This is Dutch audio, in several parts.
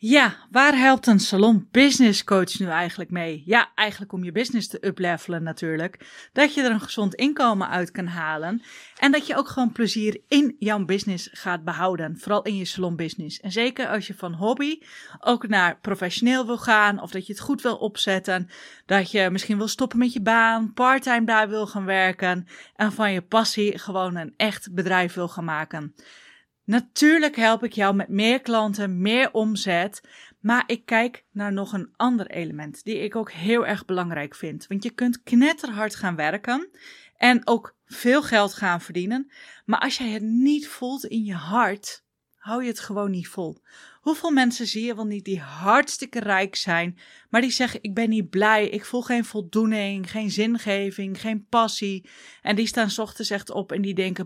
Ja, waar helpt een salon business coach nu eigenlijk mee? Ja, eigenlijk om je business te uplevelen natuurlijk. Dat je er een gezond inkomen uit kan halen. En dat je ook gewoon plezier in jouw business gaat behouden. Vooral in je salon business. En zeker als je van hobby ook naar professioneel wil gaan. Of dat je het goed wil opzetten. Dat je misschien wil stoppen met je baan. Parttime daar wil gaan werken. En van je passie gewoon een echt bedrijf wil gaan maken. Natuurlijk help ik jou met meer klanten, meer omzet, maar ik kijk naar nog een ander element die ik ook heel erg belangrijk vind. Want je kunt knetterhard gaan werken en ook veel geld gaan verdienen, maar als jij het niet voelt in je hart, hou je het gewoon niet vol. Hoeveel mensen zie je wel niet die hartstikke rijk zijn, maar die zeggen ik ben niet blij, ik voel geen voldoening, geen zingeving, geen passie en die staan 's ochtends echt op en die denken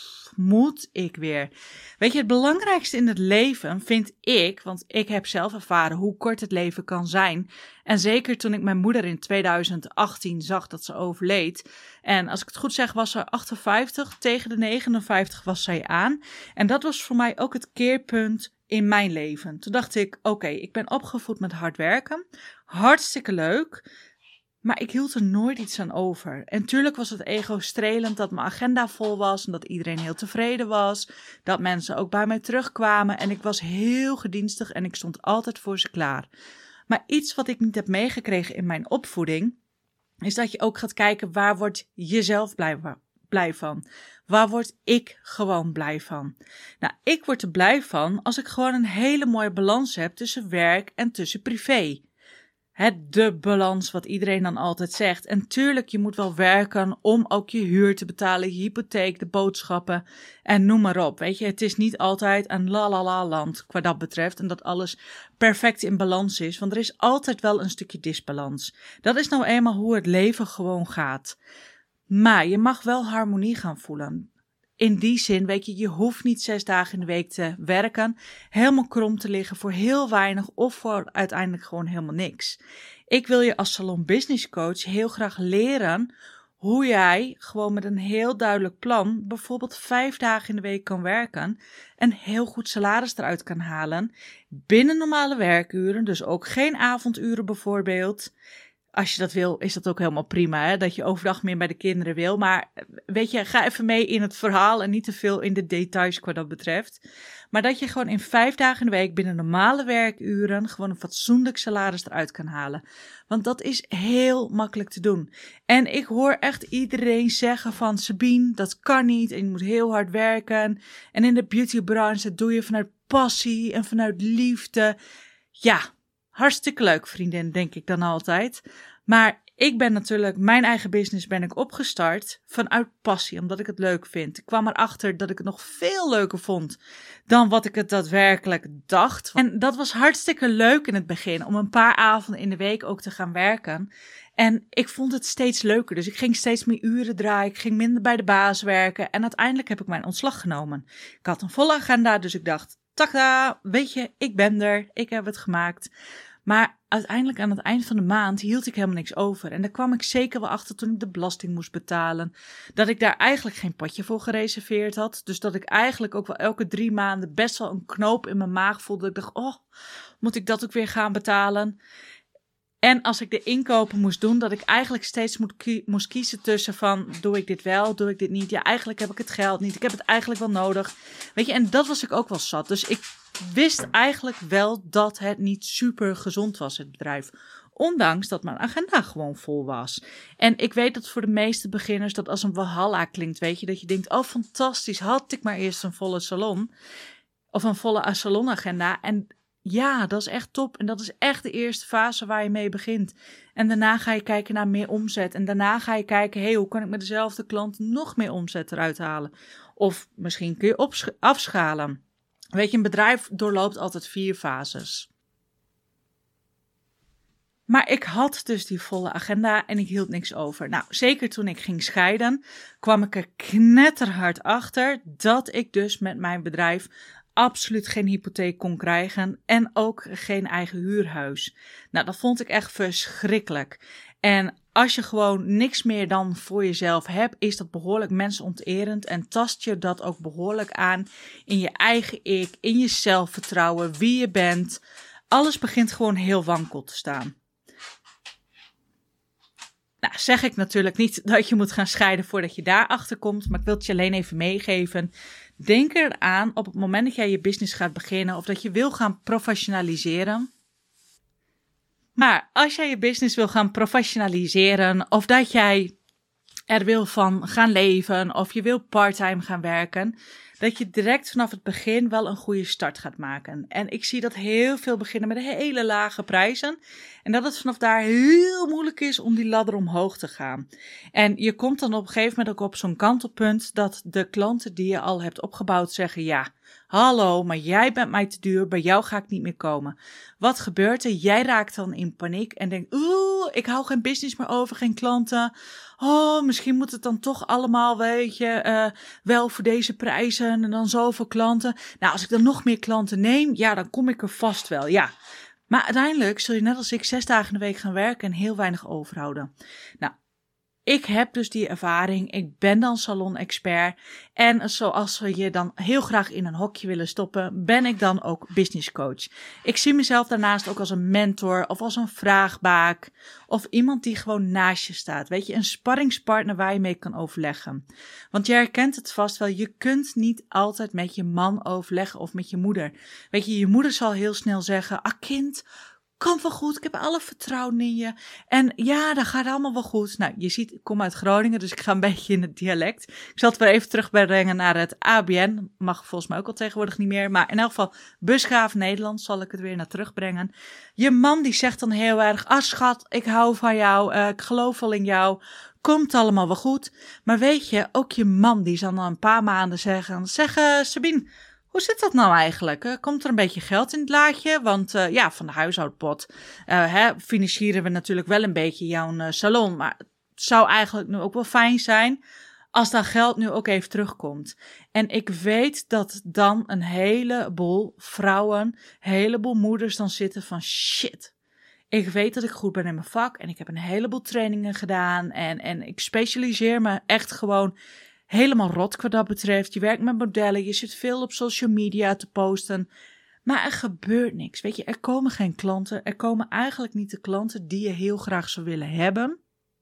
moet ik weer. Weet je, het belangrijkste in het leven vind ik, want ik heb zelf ervaren hoe kort het leven kan zijn. En zeker toen ik mijn moeder in 2018 zag dat ze overleed. En als ik het goed zeg was ze 58, tegen de 59 was zij aan. En dat was voor mij ook het keerpunt in mijn leven. Toen dacht ik, oké, ik ben opgevoed met hard werken. Hartstikke leuk. Maar ik hield er nooit iets aan over. En tuurlijk was het ego strelend dat mijn agenda vol was en dat iedereen heel tevreden was. Dat mensen ook bij mij terugkwamen en ik was heel gedienstig en ik stond altijd voor ze klaar. Maar iets wat ik niet heb meegekregen in mijn opvoeding, is dat je ook gaat kijken waar word je zelf blij van. Waar word ik gewoon blij van? Nou, ik word er blij van als ik gewoon een hele mooie balans heb tussen werk en tussen privé. De balans wat iedereen dan altijd zegt. En tuurlijk, je moet wel werken om ook je huur te betalen, je hypotheek, de boodschappen en noem maar op. Weet je, het is niet altijd een la-la-la-land qua dat betreft en dat alles perfect in balans is. Want er is altijd wel een stukje disbalans. Dat is nou eenmaal hoe het leven gewoon gaat. Maar je mag wel harmonie gaan voelen. In die zin, weet je, je hoeft niet 6 dagen in de week te werken, helemaal krom te liggen voor heel weinig of voor uiteindelijk gewoon helemaal niks. Ik wil je als salon business coach heel graag leren hoe jij gewoon met een heel duidelijk plan bijvoorbeeld 5 dagen in de week kan werken en heel goed salaris eruit kan halen binnen normale werkuren, dus ook geen avonduren bijvoorbeeld. Als je dat wil, is dat ook helemaal prima, hè? Dat je overdag meer bij de kinderen wil. Maar weet je, ga even mee in het verhaal en niet te veel in de details qua dat betreft. Maar dat je gewoon in 5 dagen in de week binnen normale werkuren gewoon een fatsoenlijk salaris eruit kan halen. Want dat is heel makkelijk te doen. En ik hoor echt iedereen zeggen van Sabine, dat kan niet en je moet heel hard werken. En in de beautybranche doe je vanuit passie en vanuit liefde. Ja, hartstikke leuk, vriendin, denk ik dan altijd. Maar ik ben natuurlijk, mijn eigen business ben ik opgestart vanuit passie, omdat ik het leuk vind. Ik kwam erachter dat ik het nog veel leuker vond dan wat ik het daadwerkelijk dacht. En dat was hartstikke leuk in het begin, om een paar avonden in de week ook te gaan werken. En ik vond het steeds leuker, dus ik ging steeds meer uren draaien, ik ging minder bij de baas werken. En uiteindelijk heb ik mijn ontslag genomen. Ik had een volle agenda, dus ik dacht, tada, weet je, ik ben er, ik heb het gemaakt. Maar uiteindelijk aan het eind van de maand hield ik helemaal niks over. En daar kwam ik zeker wel achter toen ik de belasting moest betalen. Dat ik daar eigenlijk geen potje voor gereserveerd had. Dus dat ik eigenlijk ook wel elke 3 maanden best wel een knoop in mijn maag voelde. Ik dacht, oh, moet ik dat ook weer gaan betalen? En als ik de inkopen moest doen, dat ik eigenlijk steeds moest kiezen tussen van, doe ik dit wel, doe ik dit niet? Ja, eigenlijk heb ik het geld niet. Ik heb het eigenlijk wel nodig. Weet je, en dat was ik ook wel zat. Dus ik wist eigenlijk wel dat het niet super gezond was, het bedrijf. Ondanks dat mijn agenda gewoon vol was. En ik weet dat voor de meeste beginners dat als een walhalla klinkt, weet je. Dat je denkt, oh fantastisch, had ik maar eerst een volle salon. Of een volle salonagenda. En ja, dat is echt top. En dat is echt de eerste fase waar je mee begint. En daarna ga je kijken naar meer omzet. En daarna ga je kijken, hey, hoe kan ik met dezelfde klant nog meer omzet eruit halen? Of misschien kun je afschalen. Weet je, een bedrijf doorloopt altijd 4 fases. Maar ik had dus die volle agenda en ik hield niks over. Nou, zeker toen ik ging scheiden, kwam ik er knetterhard achter dat ik dus met mijn bedrijf absoluut geen hypotheek kon krijgen en ook geen eigen huurhuis. Nou, dat vond ik echt verschrikkelijk. En als je gewoon niks meer dan voor jezelf hebt, is dat behoorlijk mensonterend en tast je dat ook behoorlijk aan in je eigen ik, in je zelfvertrouwen, wie je bent. alles begint gewoon heel wankel te staan. Nou, zeg ik natuurlijk niet dat je moet gaan scheiden voordat je daarachter komt, maar ik wil het je alleen even meegeven. Denk eraan op het moment dat jij je business gaat beginnen of dat je wil gaan professionaliseren. Maar als jij je business wil gaan professionaliseren of dat jij er wil van gaan leven of je wil parttime gaan werken, dat je direct vanaf het begin wel een goede start gaat maken. En ik zie dat heel veel beginnen met hele lage prijzen. En dat het vanaf daar heel moeilijk is om die ladder omhoog te gaan. En je komt dan op een gegeven moment ook op zo'n kantelpunt dat de klanten die je al hebt opgebouwd zeggen, ja, hallo, maar jij bent mij te duur, bij jou ga ik niet meer komen. Wat gebeurt er? Jij raakt dan in paniek en denkt, ik hou geen business meer over, geen klanten. Oh, misschien moet het dan toch allemaal, weet je, wel voor deze prijzen en dan zoveel klanten. Nou, als ik dan nog meer klanten neem, ja, dan kom ik er vast wel, ja. Maar uiteindelijk zul je net als ik 6 dagen in de week gaan werken en heel weinig overhouden. Nou, ik heb dus die ervaring. Ik ben dan salon-expert. En zoals we je dan heel graag in een hokje willen stoppen, ben ik dan ook business coach. Ik zie mezelf daarnaast ook als een mentor of als een vraagbaak. Of iemand die gewoon naast je staat. Weet je, een sparringspartner waar je mee kan overleggen. Want je herkent het vast wel, je kunt niet altijd met je man overleggen of met je moeder. Weet je moeder zal heel snel zeggen, kind, komt wel goed, ik heb alle vertrouwen in je. En ja, dat gaat allemaal wel goed. Nou, je ziet, ik kom uit Groningen, dus ik ga een beetje in het dialect. Ik zal het weer even terugbrengen naar het ABN. Mag volgens mij ook al tegenwoordig niet meer. Maar in elk geval, Busgraaf Nederland zal ik het weer naar terugbrengen. Je man die zegt dan heel erg, schat, ik hou van jou, ik geloof wel in jou. Komt allemaal wel goed. Maar weet je, ook je man die zal dan een paar maanden zeggen, Sabine, hoe zit dat nou eigenlijk? Komt er een beetje geld in het laadje? Want van de huishoudpot financieren we natuurlijk wel een beetje jouw salon. Maar het zou eigenlijk nu ook wel fijn zijn als dat geld nu ook even terugkomt. En ik weet dat dan een heleboel vrouwen, een heleboel moeders dan zitten van shit. Ik weet dat ik goed ben in mijn vak en ik heb een heleboel trainingen gedaan. En ik specialiseer me echt gewoon helemaal rot wat dat betreft. Je werkt met modellen, je zit veel op social media te posten. Maar er gebeurt niks. Weet je, er komen geen klanten. Er komen eigenlijk niet de klanten die je heel graag zou willen hebben.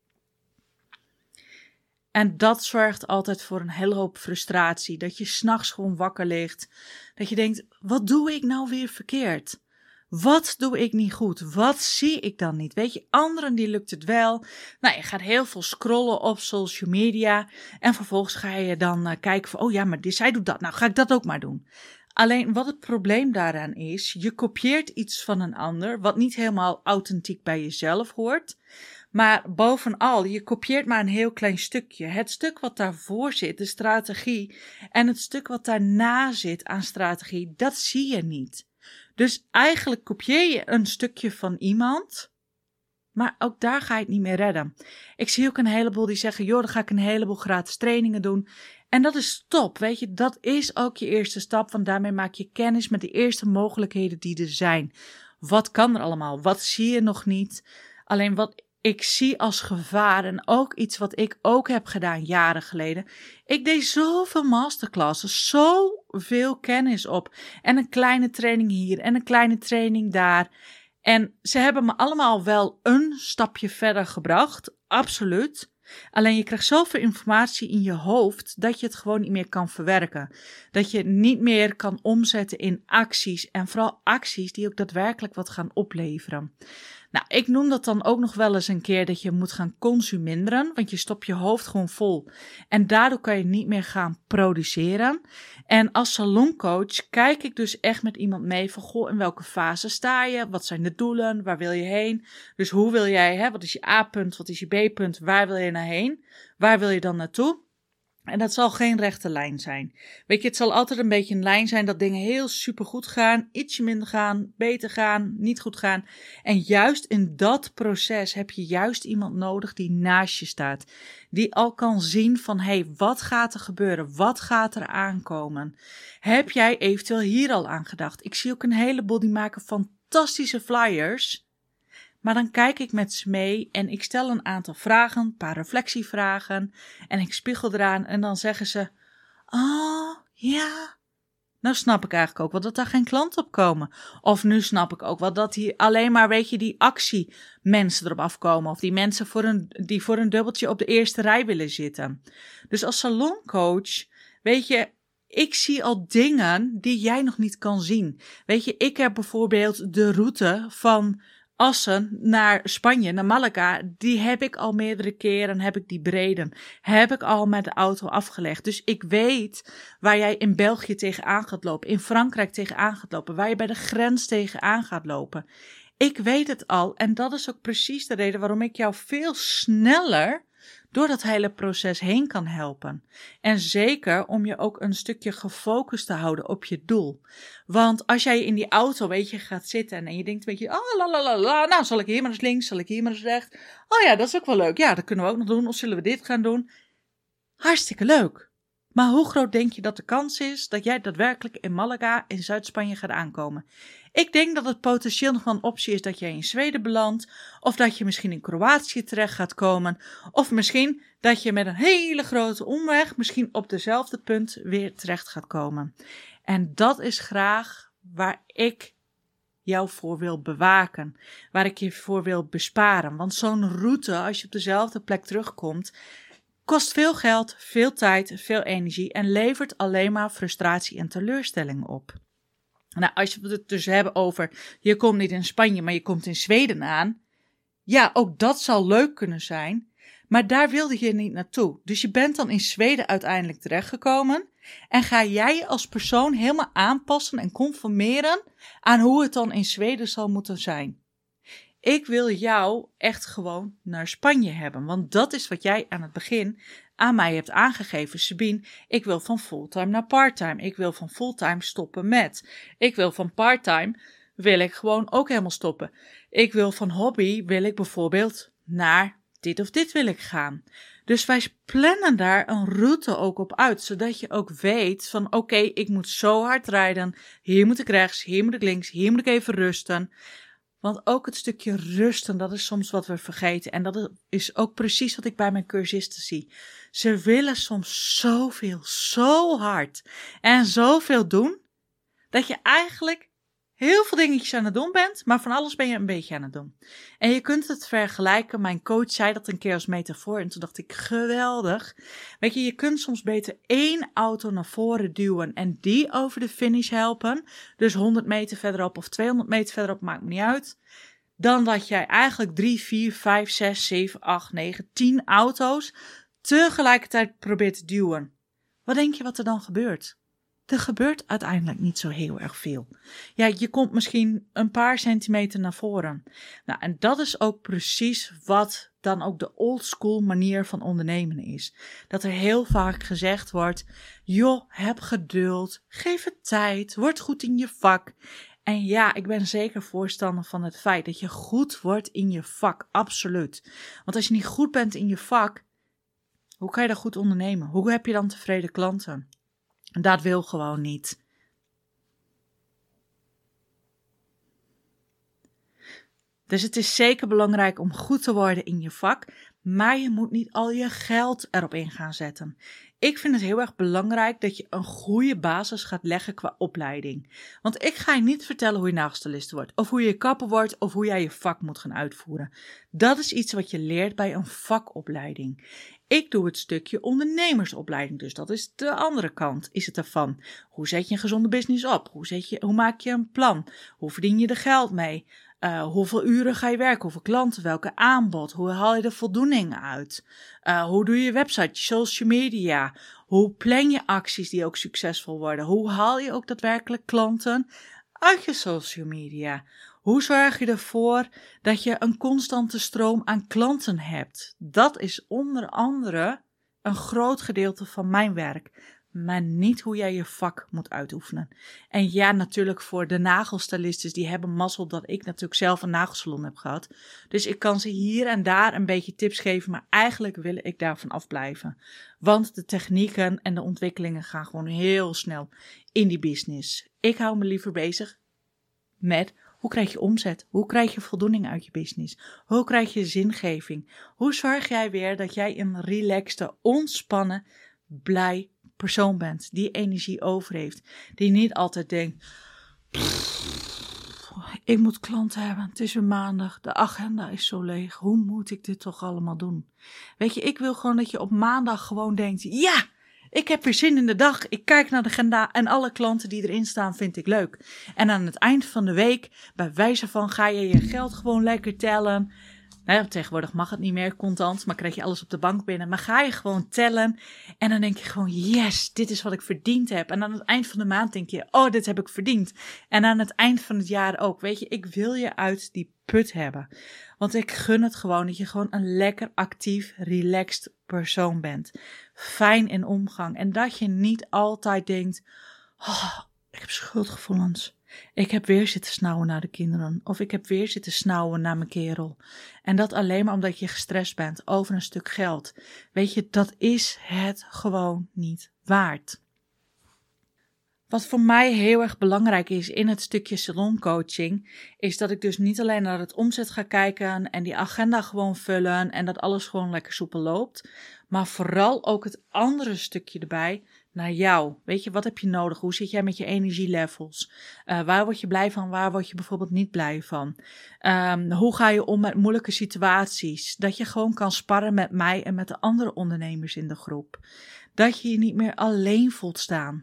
En dat zorgt altijd voor een hele hoop frustratie. Dat je 's nachts gewoon wakker ligt. Dat je denkt, wat doe ik nou weer verkeerd? Wat doe ik niet goed? Wat zie ik dan niet? Weet je, anderen die lukt het wel. Nou, je gaat heel veel scrollen op social media. En vervolgens ga je dan kijken van, maar zij doet dat. Nou, ga ik dat ook maar doen. Alleen wat het probleem daaraan is, je kopieert iets van een ander, wat niet helemaal authentiek bij jezelf hoort. Maar bovenal, je kopieert maar een heel klein stukje. Het stuk wat daarvoor zit, de strategie, en het stuk wat daarna zit aan strategie, dat zie je niet. Dus eigenlijk kopieer je een stukje van iemand, maar ook daar ga je het niet meer redden. Ik zie ook een heleboel die zeggen, dan ga ik een heleboel gratis trainingen doen. En dat is top, weet je, dat is ook je eerste stap, want daarmee maak je kennis met de eerste mogelijkheden die er zijn. Wat kan er allemaal? Wat zie je nog niet? Alleen wat ik zie als gevaar en ook iets wat ik ook heb gedaan jaren geleden. Ik deed zoveel masterclasses, zoveel kennis op. En een kleine training hier en een kleine training daar. En ze hebben me allemaal wel een stapje verder gebracht, absoluut. Alleen je krijgt zoveel informatie in je hoofd dat je het gewoon niet meer kan verwerken. Dat je niet meer kan omzetten in acties en vooral acties die ook daadwerkelijk wat gaan opleveren. Nou, ik noem dat dan ook nog wel eens een keer dat je moet gaan consuminderen, want je stopt je hoofd gewoon vol. En daardoor kan je niet meer gaan produceren. En als saloncoach kijk ik dus echt met iemand mee van, in welke fase sta je? Wat zijn de doelen? Waar wil je heen? Dus hoe wil jij, wat is je A-punt? Wat is je B-punt? Waar wil je naar heen? Waar wil je dan naartoe? En dat zal geen rechte lijn zijn. Weet je, het zal altijd een beetje een lijn zijn dat dingen heel supergoed gaan, ietsje minder gaan, beter gaan, niet goed gaan. En juist in dat proces heb je juist iemand nodig die naast je staat. Die al kan zien van, wat gaat er gebeuren? Wat gaat er aankomen? Heb jij eventueel hier al aan gedacht? Ik zie ook een heleboel die maken fantastische flyers. Maar dan kijk ik met ze mee en ik stel een aantal vragen, een paar reflectievragen. En ik spiegel eraan en dan zeggen ze, ja, Nou snap ik eigenlijk ook wel dat daar geen klanten op komen. Of nu snap ik ook wel dat hier alleen maar, die actiemensen erop afkomen. Of die mensen die voor een dubbeltje op de eerste rij willen zitten. Dus als saloncoach, ik zie al dingen die jij nog niet kan zien. Ik heb bijvoorbeeld de route van Assen naar Spanje, naar Malaga, die heb ik al meerdere keren, heb ik die breden, heb ik al met de auto afgelegd. Dus ik weet waar jij in België tegenaan gaat lopen, in Frankrijk tegenaan gaat lopen, waar je bij de grens tegenaan gaat lopen. Ik weet het al en dat is ook precies de reden waarom ik jou veel sneller door dat hele proces heen kan helpen. En zeker om je ook een stukje gefocust te houden op je doel. Want als jij in die auto, gaat zitten en je denkt nou zal ik hier maar eens links, zal ik hier maar eens rechts. Oh ja, dat is ook wel leuk. Ja, dat kunnen we ook nog doen. Of zullen we dit gaan doen? Hartstikke leuk. Maar hoe groot denk je dat de kans is dat jij daadwerkelijk in Malaga in Zuid-Spanje gaat aankomen? Ik denk dat het potentieel nog wel een optie is dat jij in Zweden belandt, of dat je misschien in Kroatië terecht gaat komen, of misschien dat je met een hele grote omweg misschien op dezelfde punt weer terecht gaat komen. En dat is graag waar ik jou voor wil bewaken, waar ik je voor wil besparen. Want zo'n route, als je op dezelfde plek terugkomt, kost veel geld, veel tijd, veel energie en levert alleen maar frustratie en teleurstelling op. Nou, als we het dus hebben over, je komt niet in Spanje, maar je komt in Zweden aan. Ja, ook dat zal leuk kunnen zijn, maar daar wilde je niet naartoe. Dus je bent dan in Zweden uiteindelijk terechtgekomen en ga jij als persoon helemaal aanpassen en conformeren aan hoe het dan in Zweden zal moeten zijn. Ik wil jou echt gewoon naar Spanje hebben, want dat is wat jij aan het begin aan mij hebt aangegeven. Sabine, ik wil van fulltime naar parttime. Ik wil van fulltime stoppen met. Ik wil van parttime, wil ik gewoon ook helemaal stoppen. Ik wil van hobby, wil ik bijvoorbeeld naar dit of dit wil ik gaan. Dus wij plannen daar een route ook op uit, zodat je ook weet van oké, ik moet zo hard rijden. Hier moet ik rechts, hier moet ik links, hier moet ik even rusten. Want ook het stukje rusten, dat is soms wat we vergeten. En dat is ook precies wat ik bij mijn cursisten zie. Ze willen soms zoveel, zo hard en zoveel doen, dat je eigenlijk heel veel dingetjes aan het doen bent, maar van alles ben je een beetje aan het doen. En je kunt het vergelijken, mijn coach zei dat een keer als metafoor en toen dacht ik, geweldig. Je kunt soms beter 1 auto naar voren duwen en die over de finish helpen, dus 100 meter verderop of 200 meter verderop, maakt me niet uit, dan dat jij eigenlijk 3, 4, 5, 6, 7, 8, 9, 10 auto's tegelijkertijd probeert te duwen. Wat denk je wat er dan gebeurt? Er gebeurt uiteindelijk niet zo heel erg veel. Ja, je komt misschien een paar centimeter naar voren. Nou, en dat is ook precies wat dan ook de old school manier van ondernemen is. Dat er heel vaak gezegd wordt, joh, heb geduld, geef het tijd, word goed in je vak. En ja, ik ben zeker voorstander van het feit dat je goed wordt in je vak, absoluut. Want als je niet goed bent in je vak, hoe kan je dan goed ondernemen? Hoe heb je dan tevreden klanten? Dat wil gewoon niet. Dus het is zeker belangrijk om goed te worden in je vak, maar je moet niet al je geld erop in gaan zetten. Ik vind het heel erg belangrijk dat je een goede basis gaat leggen qua opleiding. Want ik ga je niet vertellen hoe je nagelstylist wordt, of hoe je kapper wordt, of hoe jij je vak moet gaan uitvoeren. Dat is iets wat je leert bij een vakopleiding. Ik doe het stukje ondernemersopleiding, dus dat is de andere kant is het ervan. Hoe zet je een gezonde business op? Hoe maak je een plan? Hoe verdien je er geld mee? Hoeveel uren ga je werken? Hoeveel klanten? Welke aanbod? Hoe haal je de voldoening uit? Hoe doe je website, social media? Hoe plan je acties die ook succesvol worden? Hoe haal je ook daadwerkelijk klanten uit je social media? Hoe zorg je ervoor dat je een constante stroom aan klanten hebt? Dat is onder andere een groot gedeelte van mijn werk. Maar niet hoe jij je vak moet uitoefenen. En ja, natuurlijk voor de nagelstylisten, die hebben mazzel dat ik natuurlijk zelf een nagelsalon heb gehad. Dus ik kan ze hier en daar een beetje tips geven, maar eigenlijk wil ik daarvan afblijven. Want de technieken en de ontwikkelingen gaan gewoon heel snel in die business. Ik hou me liever bezig met hoe krijg je omzet? Hoe krijg je voldoening uit je business? Hoe krijg je zingeving? Hoe zorg jij weer dat jij een relaxte, ontspannen, blij, persoon bent die energie over heeft. Die niet altijd denkt, ik moet klanten hebben, het is weer maandag, de agenda is zo leeg, hoe moet ik dit toch allemaal doen? Weet je, ik wil gewoon dat je op maandag gewoon denkt, ja, ik heb weer zin in de dag, ik kijk naar de agenda en alle klanten die erin staan vind ik leuk. En aan het eind van de week, bij wijze van ga je je geld gewoon lekker tellen. Nou, tegenwoordig mag het niet meer contant, maar krijg je alles op de bank binnen. Maar ga je gewoon tellen en dan denk je gewoon, yes, dit is wat ik verdiend heb. En aan het eind van de maand denk je, oh, dit heb ik verdiend. En aan het eind van het jaar ook. Weet je, ik wil je uit die put hebben. Want ik gun het gewoon dat je gewoon een lekker actief, relaxed persoon bent. Fijn in omgang. En dat je niet altijd denkt, oh, ik heb schuldgevoelens. Ik heb weer zitten snauwen naar de kinderen. Of ik heb weer zitten snauwen naar mijn kerel. En dat alleen maar omdat je gestrest bent over een stuk geld. Weet je, dat is het gewoon niet waard. Wat voor mij heel erg belangrijk is in het stukje saloncoaching, is dat ik dus niet alleen naar het omzet ga kijken en die agenda gewoon vullen en dat alles gewoon lekker soepel loopt. Maar vooral ook het andere stukje erbij, naar jou. Weet je, wat heb je nodig? Hoe zit jij met je energielevels? Waar word je blij van? Waar word je bijvoorbeeld niet blij van? Hoe ga je om met moeilijke situaties? Dat je gewoon kan sparren met mij en met de andere ondernemers in de groep. Dat je je niet meer alleen voelt staan.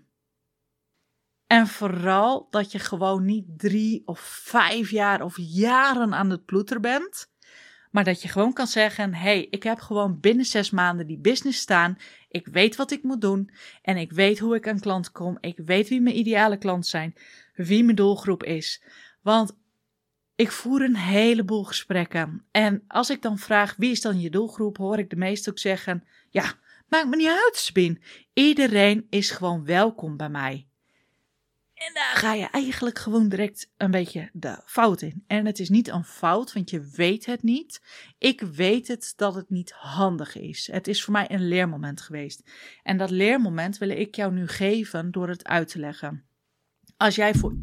En vooral dat je gewoon niet 3 of 5 jaar of jaren aan het ploeteren bent. Maar dat je gewoon kan zeggen, hey, ik heb gewoon binnen 6 maanden die business staan. Ik weet wat ik moet doen. En ik weet hoe ik aan klanten kom. Ik weet wie mijn ideale klanten zijn. Wie mijn doelgroep is. Want ik voer een heleboel gesprekken. En als ik dan vraag, wie is dan je doelgroep? Hoor ik de meesten ook zeggen, ja, maakt me niet uit, Sabine. Iedereen is gewoon welkom bij mij. En daar ga je eigenlijk gewoon direct een beetje de fout in. En het is niet een fout, want je weet het niet. Ik weet het dat het niet handig is. Het is voor mij een leermoment geweest. En dat leermoment wil ik jou nu geven door het uit te leggen. Als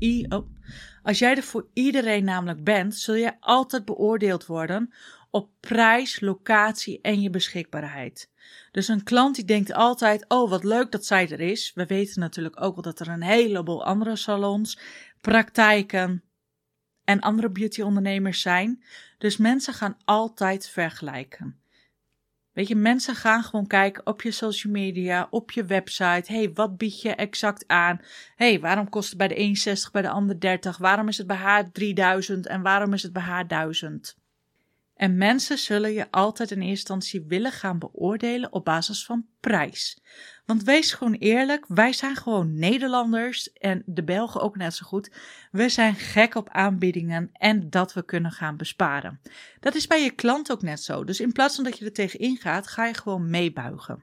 jij er voor iedereen namelijk bent, zul je altijd beoordeeld worden op prijs, locatie en je beschikbaarheid. Dus een klant die denkt altijd, oh wat leuk dat zij er is. We weten natuurlijk ook wel dat er een heleboel andere salons, praktijken en andere beautyondernemers zijn. Dus mensen gaan altijd vergelijken. Weet je, mensen gaan gewoon kijken op je social media, op je website. Hey, wat bied je exact aan? Hey, waarom kost het bij de een 60, bij de ander 30? Waarom is het bij haar 3000 en waarom is het bij haar 1000? En mensen zullen je altijd in eerste instantie willen gaan beoordelen op basis van prijs. Want wees gewoon eerlijk, wij zijn gewoon Nederlanders en de Belgen ook net zo goed. We zijn gek op aanbiedingen en dat we kunnen gaan besparen. Dat is bij je klant ook net zo. Dus in plaats van dat je er tegenin gaat, ga je gewoon meebuigen.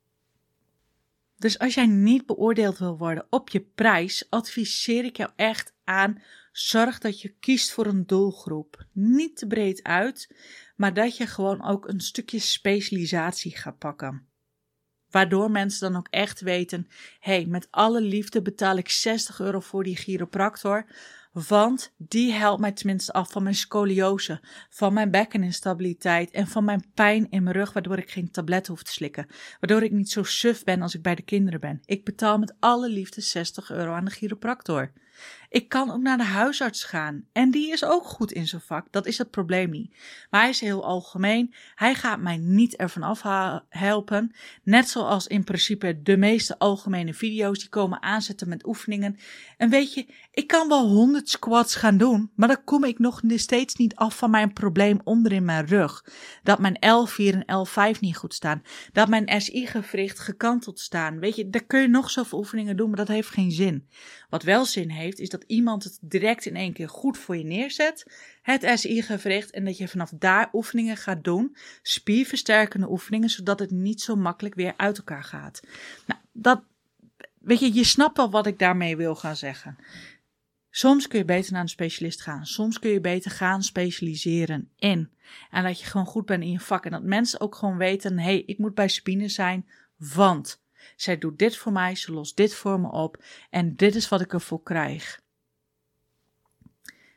Dus als jij niet beoordeeld wil worden op je prijs, adviseer ik jou echt aan, zorg dat je kiest voor een doelgroep. Niet te breed uit, maar dat je gewoon ook een stukje specialisatie gaat pakken. Waardoor mensen dan ook echt weten, hey, met alle liefde betaal ik €60 voor die chiropractor, want die helpt mij tenminste af van mijn scoliose, van mijn bekkeninstabiliteit en van mijn pijn in mijn rug, waardoor ik geen tablet hoef te slikken. Waardoor ik niet zo suf ben als ik bij de kinderen ben. Ik betaal met alle liefde €60 aan de chiropractor. Ik kan ook naar de huisarts gaan en die is ook goed in zijn vak, dat is het probleem niet. Maar hij is heel algemeen, hij gaat mij niet ervan afhelpen, net zoals in principe de meeste algemene video's die komen aanzetten met oefeningen. En weet je, ik kan wel 100 squats gaan doen, maar dan kom ik nog steeds niet af van mijn probleem onder in mijn rug. Dat mijn L4 en L5 niet goed staan, dat mijn SI-gewricht gekanteld staan. Weet je, daar kun je nog zoveel oefeningen doen, maar dat heeft geen zin. Wat wel zin heeft, is dat iemand het direct in één keer goed voor je neerzet, het SI-gewricht, en dat je vanaf daar oefeningen gaat doen, spierversterkende oefeningen, zodat het niet zo makkelijk weer uit elkaar gaat. Nou, weet je snapt wel wat ik daarmee wil gaan zeggen. Soms kun je beter naar een specialist gaan, soms kun je beter gaan specialiseren in. En dat je gewoon goed bent in je vak en dat mensen ook gewoon weten, hey, ik moet bij Sabine zijn, want zij doet dit voor mij, ze lost dit voor me op en dit is wat ik ervoor krijg.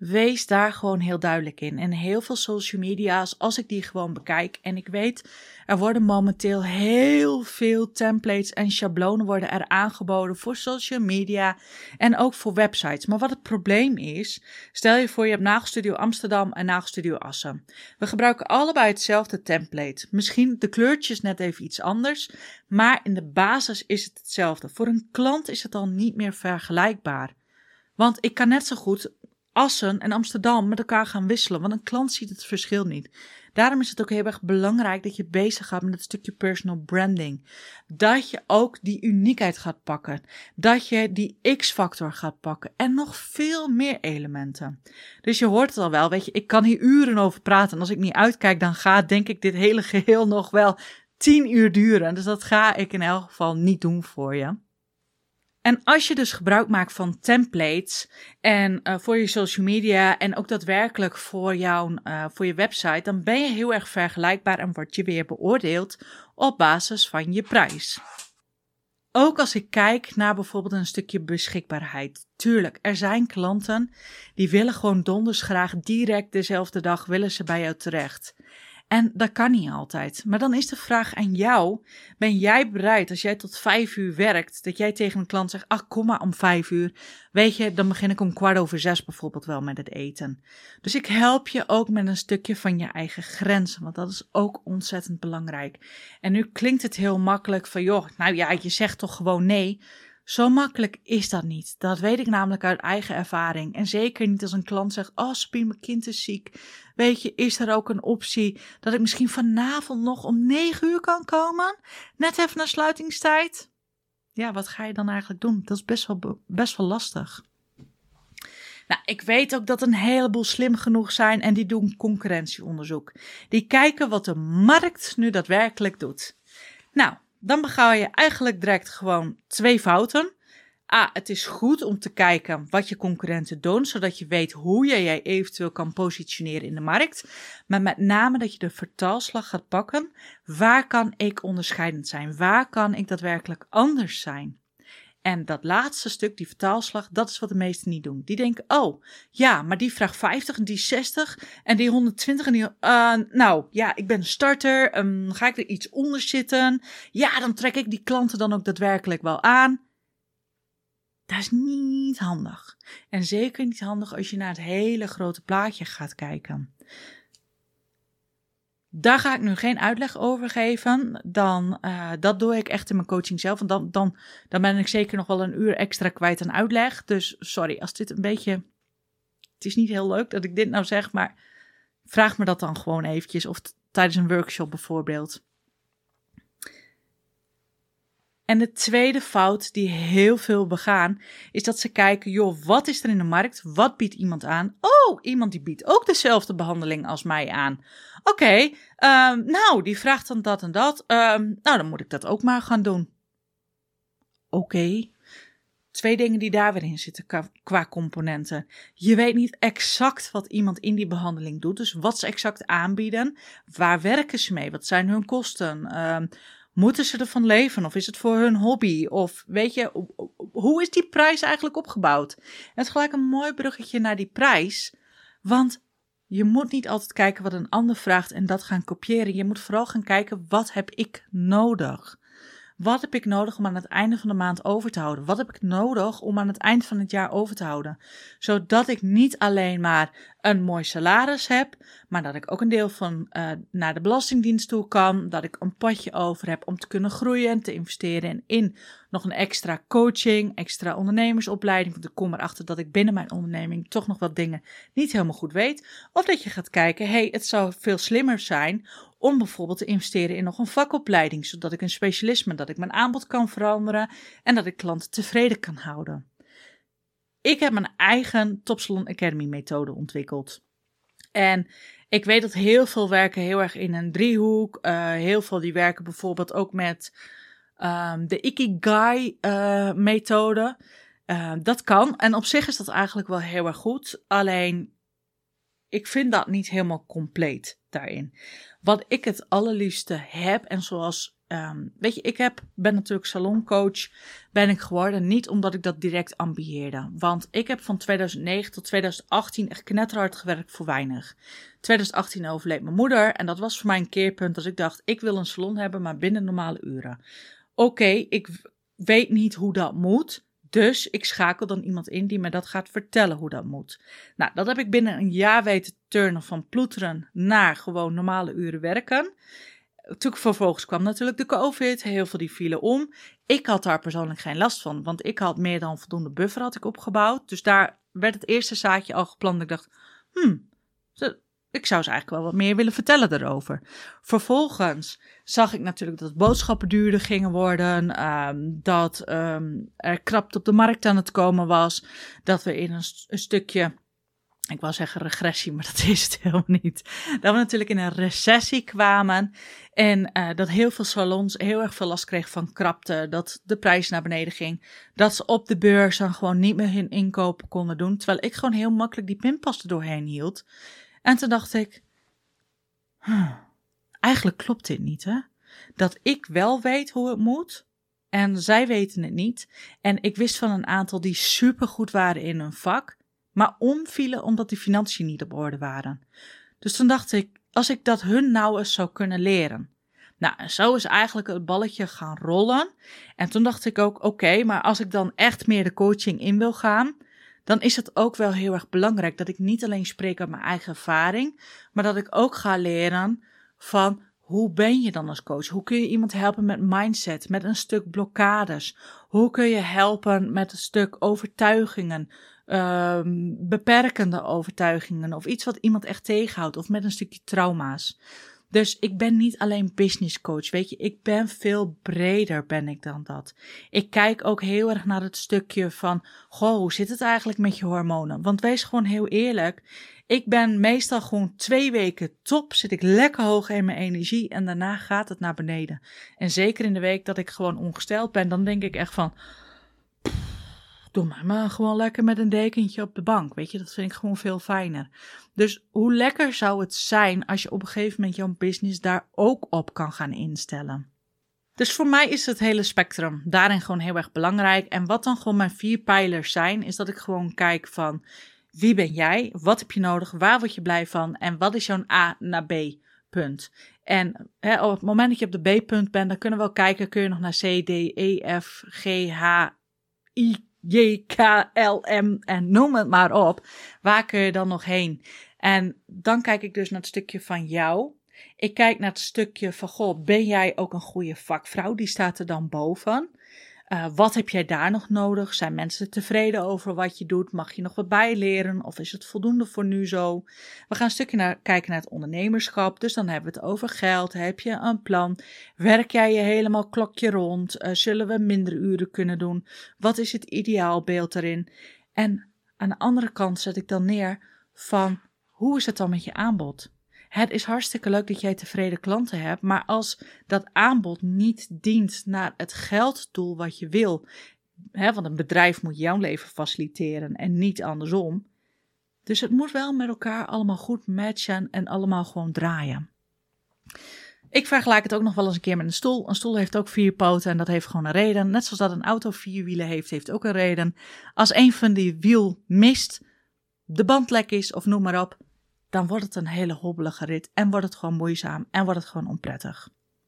Wees daar gewoon heel duidelijk in. En heel veel social media's, als ik die gewoon bekijk, en ik weet, er worden momenteel heel veel templates en schablonen worden er aangeboden voor social media en ook voor websites. Maar wat het probleem is, stel je voor je hebt Nagelstudio Amsterdam en Nagelstudio Assen. We gebruiken allebei hetzelfde template. Misschien de kleurtjes net even iets anders, maar in de basis is het hetzelfde. Voor een klant is het al niet meer vergelijkbaar. Want ik kan net zo goed Assen en Amsterdam met elkaar gaan wisselen, want een klant ziet het verschil niet. Daarom is het ook heel erg belangrijk dat je bezig gaat met het stukje personal branding. Dat je ook die uniekheid gaat pakken. Dat je die X-factor gaat pakken. En nog veel meer elementen. Dus je hoort het al wel, weet je, ik kan hier uren over praten. En als ik niet uitkijk, dan gaat denk ik dit hele geheel nog wel 10 uur duren. Dus dat ga ik in elk geval niet doen voor je. En als je dus gebruik maakt van templates en voor je social media en ook daadwerkelijk voor je website, dan ben je heel erg vergelijkbaar en word je weer beoordeeld op basis van je prijs. Ook als ik kijk naar bijvoorbeeld een stukje beschikbaarheid. Tuurlijk, er zijn klanten die willen gewoon donders graag direct dezelfde dag willen ze bij jou terecht. En dat kan niet altijd. Maar dan is de vraag aan jou, ben jij bereid als jij tot 5 uur werkt, dat jij tegen een klant zegt, ach kom maar om 5 uur. Weet je, dan begin ik om 5:15 bijvoorbeeld wel met het eten. Dus ik help je ook met een stukje van je eigen grenzen, want dat is ook ontzettend belangrijk. En nu klinkt het heel makkelijk van, joh, nou ja, je zegt toch gewoon nee. Zo makkelijk is dat niet. Dat weet ik namelijk uit eigen ervaring. En zeker niet als een klant zegt, oh Sabine, mijn kind is ziek. Weet je, is er ook een optie dat ik misschien vanavond nog om 9 uur kan komen? Net even naar sluitingstijd? Ja, wat ga je dan eigenlijk doen? Dat is best wel lastig. Nou, ik weet ook dat een heleboel slim genoeg zijn en die doen concurrentieonderzoek. Die kijken wat de markt nu daadwerkelijk doet. Nou, dan bega je eigenlijk direct gewoon 2 fouten. Het is goed om te kijken wat je concurrenten doen, zodat je weet hoe je jij eventueel kan positioneren in de markt. Maar met name dat je de vertaalslag gaat pakken. Waar kan ik onderscheidend zijn? Waar kan ik daadwerkelijk anders zijn? En dat laatste stuk, die vertaalslag, dat is wat de meesten niet doen. Die denken, oh, ja, maar die vraagt 50 en die 60 en die 120 en die... nou, ja, ik ben een starter, ga ik er iets onder zitten? Ja, dan trek ik die klanten dan ook daadwerkelijk wel aan. Dat is niet handig. En zeker niet handig als je naar het hele grote plaatje gaat kijken. Daar ga ik nu geen uitleg over geven. Dat doe ik echt in mijn coaching zelf. Want dan ben ik zeker nog wel een uur extra kwijt aan uitleg. Dus sorry, als dit een beetje... Het is niet heel leuk dat ik dit nou zeg, maar vraag me dat dan gewoon eventjes. Of tijdens een workshop bijvoorbeeld. En de tweede fout die heel veel begaan, is dat ze kijken, joh, wat is er in de markt? Wat biedt iemand aan? Oh, iemand die biedt ook dezelfde behandeling als mij aan. Oké, nou, die vraagt dan dat en dat. Nou, dan moet ik dat ook maar gaan doen. Oké. 2 dingen die daar weer in zitten qua componenten. Je weet niet exact wat iemand in die behandeling doet. Dus wat ze exact aanbieden. Waar werken ze mee? Wat zijn hun kosten? Moeten ze ervan leven? Of is het voor hun hobby? Of weet je, hoe is die prijs eigenlijk opgebouwd? En het is gelijk een mooi bruggetje naar die prijs. Want je moet niet altijd kijken wat een ander vraagt en dat gaan kopiëren. Je moet vooral gaan kijken, wat heb ik nodig? Wat heb ik nodig om aan het einde van de maand over te houden? Wat heb ik nodig om aan het eind van het jaar over te houden? Zodat ik niet alleen maar een mooi salaris heb, maar dat ik ook een deel van naar de Belastingdienst toe kan. Dat ik een potje over heb om te kunnen groeien en te investeren in nog een extra coaching, extra ondernemersopleiding. Want ik kom erachter dat ik binnen mijn onderneming toch nog wat dingen niet helemaal goed weet. Of dat je gaat kijken, het zou veel slimmer zijn om bijvoorbeeld te investeren in nog een vakopleiding, zodat ik een specialisme, dat ik mijn aanbod kan veranderen en dat ik klanten tevreden kan houden. Ik heb mijn eigen Topsalon Academy methode ontwikkeld. En ik weet dat heel veel werken heel erg in een driehoek. Heel veel die werken bijvoorbeeld ook met de Ikigai methode. Dat kan. En op zich is dat eigenlijk wel heel erg goed. Alleen, ik vind dat niet helemaal compleet daarin. Wat ik het allerliefste heb en zoals weet je, ben natuurlijk saloncoach, ben ik geworden. Niet omdat ik dat direct ambieerde. Want ik heb van 2009 tot 2018 echt knetterhard gewerkt voor weinig. 2018 overleed mijn moeder en dat was voor mij een keerpunt dat ik dacht, ik wil een salon hebben, maar binnen normale uren. Oké, ik weet niet hoe dat moet. Dus ik schakel dan iemand in die me dat gaat vertellen hoe dat moet. Nou, dat heb ik binnen een jaar weten te turnen van ploeteren naar gewoon normale uren werken. Toen vervolgens kwam natuurlijk de COVID, heel veel die vielen om. Ik had daar persoonlijk geen last van, want ik had meer dan voldoende buffer had ik opgebouwd. Dus daar werd het eerste zaadje al geplant. Ik dacht, ik zou ze eigenlijk wel wat meer willen vertellen erover. Vervolgens zag ik natuurlijk dat boodschappen duurder gingen worden. Dat er krapte op de markt aan het komen was. Dat we in een stukje, ik wou zeggen regressie, maar dat is het helemaal niet. Dat we natuurlijk in een recessie kwamen. En dat heel veel salons heel erg veel last kregen van krapte. Dat de prijs naar beneden ging. Dat ze op de beurs dan gewoon niet meer hun inkopen konden doen. Terwijl ik gewoon heel makkelijk die pinpas er doorheen hield. En toen dacht ik, eigenlijk klopt dit niet, hè? Dat ik wel weet hoe het moet en zij weten het niet. En ik wist van een aantal die supergoed waren in hun vak, maar omvielen omdat die financiën niet op orde waren. Dus toen dacht ik, als ik dat hun nou eens zou kunnen leren. Nou, en zo is eigenlijk het balletje gaan rollen. En toen dacht ik ook, oké, maar als ik dan echt meer de coaching in wil gaan, dan is het ook wel heel erg belangrijk dat ik niet alleen spreek uit mijn eigen ervaring, maar dat ik ook ga leren van hoe ben je dan als coach? Hoe kun je iemand helpen met mindset, met een stuk blokkades? Hoe kun je helpen met een stuk overtuigingen, beperkende overtuigingen of iets wat iemand echt tegenhoudt of met een stukje trauma's? Dus ik ben niet alleen business coach, weet je, ik ben veel breder ben ik dan dat. Ik kijk ook heel erg naar het stukje van, goh, hoe zit het eigenlijk met je hormonen? Want wees gewoon heel eerlijk, ik ben meestal gewoon 2 weken top, zit ik lekker hoog in mijn energie en daarna gaat het naar beneden. En zeker in de week dat ik gewoon ongesteld ben, dan denk ik echt van, doe mij maar gewoon lekker met een dekentje op de bank, weet je, dat vind ik gewoon veel fijner. Dus hoe lekker zou het zijn als je op een gegeven moment jouw business daar ook op kan gaan instellen. Dus voor mij is het hele spectrum daarin gewoon heel erg belangrijk. En wat dan gewoon mijn 4 pijlers zijn, is dat ik gewoon kijk van wie ben jij, wat heb je nodig, waar word je blij van en wat is jouw A naar B punt. En op het moment dat je op de B-punt bent, dan kunnen we wel kijken, kun je nog naar C, D, E, F, G, H, I, J, K, L, M en noem het maar op. Waar kun je dan nog heen? En dan kijk ik dus naar het stukje van jou. Ik kijk naar het stukje van, goh, ben jij ook een goede vakvrouw? Die staat er dan boven. Wat heb jij daar nog nodig? Zijn mensen tevreden over wat je doet? Mag je nog wat bijleren? Of is het voldoende voor nu zo? We gaan een stukje kijken naar het ondernemerschap. Dus dan hebben we het over geld. Heb je een plan? Werk jij je helemaal klokje rond? Zullen we minder uren kunnen doen? Wat is het ideaalbeeld erin? En aan de andere kant zet ik dan neer van, hoe is het dan met je aanbod? Het is hartstikke leuk dat jij tevreden klanten hebt, maar als dat aanbod niet dient naar het gelddoel wat je wil, want een bedrijf moet jouw leven faciliteren en niet andersom. Dus het moet wel met elkaar allemaal goed matchen en allemaal gewoon draaien. Ik vergelijk het ook nog wel eens een keer met een stoel. Een stoel heeft ook 4 poten en dat heeft gewoon een reden. Net zoals dat een auto 4 wielen heeft, heeft ook een reden. Als een van die wiel mist, de band lek is of noem maar op, dan wordt het een hele hobbelige rit en wordt het gewoon moeizaam en wordt het gewoon onprettig.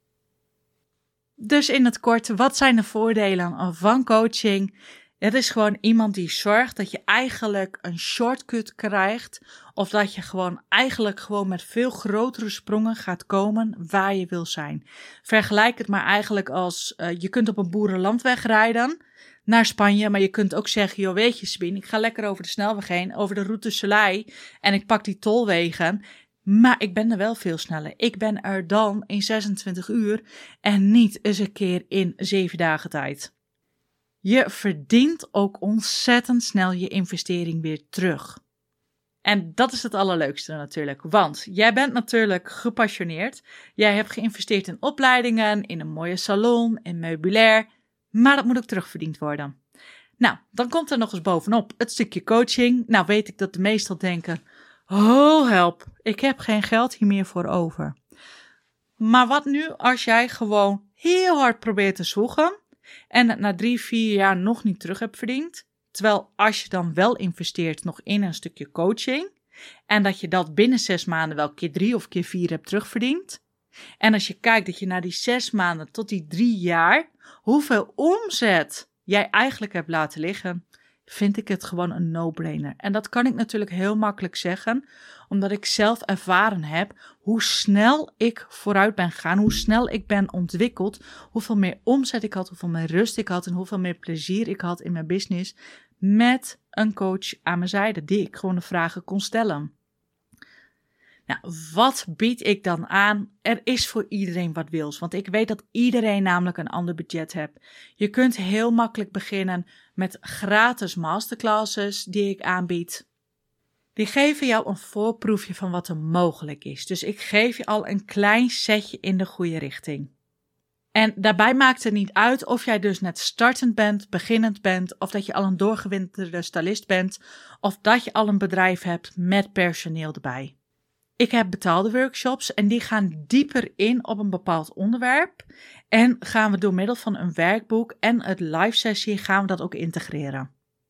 Dus in het kort, wat zijn de voordelen van coaching? Het is gewoon iemand die zorgt dat je eigenlijk een shortcut krijgt of dat je gewoon eigenlijk gewoon met veel grotere sprongen gaat komen waar je wil zijn. Vergelijk het maar eigenlijk als je kunt op een boerenlandweg rijden naar Spanje, maar je kunt ook zeggen, joh, weet je Sabine, ik ga lekker over de snelweg heen, over de route Soleil en ik pak die tolwegen, maar ik ben er wel veel sneller. Ik ben er dan in 26 uur en niet eens een keer in 7 dagen tijd. Je verdient ook ontzettend snel je investering weer terug. En dat is het allerleukste natuurlijk, want jij bent natuurlijk gepassioneerd. Jij hebt geïnvesteerd in opleidingen, in een mooie salon, in meubilair, maar dat moet ook terugverdiend worden. Nou, dan komt er nog eens bovenop het stukje coaching. Nou weet ik dat de meesten denken, oh help, ik heb geen geld hier meer voor over. Maar wat nu als jij gewoon heel hard probeert te zwoegen en het na 3-4 jaar nog niet terug hebt verdiend? Terwijl als je dan wel investeert nog in een stukje coaching en dat je dat binnen 6 maanden wel keer 3 of keer 4 hebt terugverdiend. En als je kijkt dat je na die 6 maanden tot die 3 jaar hoeveel omzet jij eigenlijk hebt laten liggen, vind ik het gewoon een no-brainer. En dat kan ik natuurlijk heel makkelijk zeggen, omdat ik zelf ervaren heb hoe snel ik vooruit ben gegaan, hoe snel ik ben ontwikkeld, hoeveel meer omzet ik had, hoeveel meer rust ik had en hoeveel meer plezier ik had in mijn business met een coach aan mijn zijde, die ik gewoon de vragen kon stellen. Nou, wat bied ik dan aan? Er is voor iedereen wat wils, want ik weet dat iedereen namelijk een ander budget heeft. Je kunt heel makkelijk beginnen met gratis masterclasses die ik aanbied. Die geven jou een voorproefje van wat er mogelijk is. Dus ik geef je al een klein setje in de goede richting. En daarbij maakt het niet uit of jij dus net startend bent, beginnend bent, of dat je al een doorgewinterde stylist bent, of dat je al een bedrijf hebt met personeel erbij. Ik heb betaalde workshops en die gaan dieper in op een bepaald onderwerp. En gaan we door middel van een werkboek en het live sessie gaan we dat ook integreren.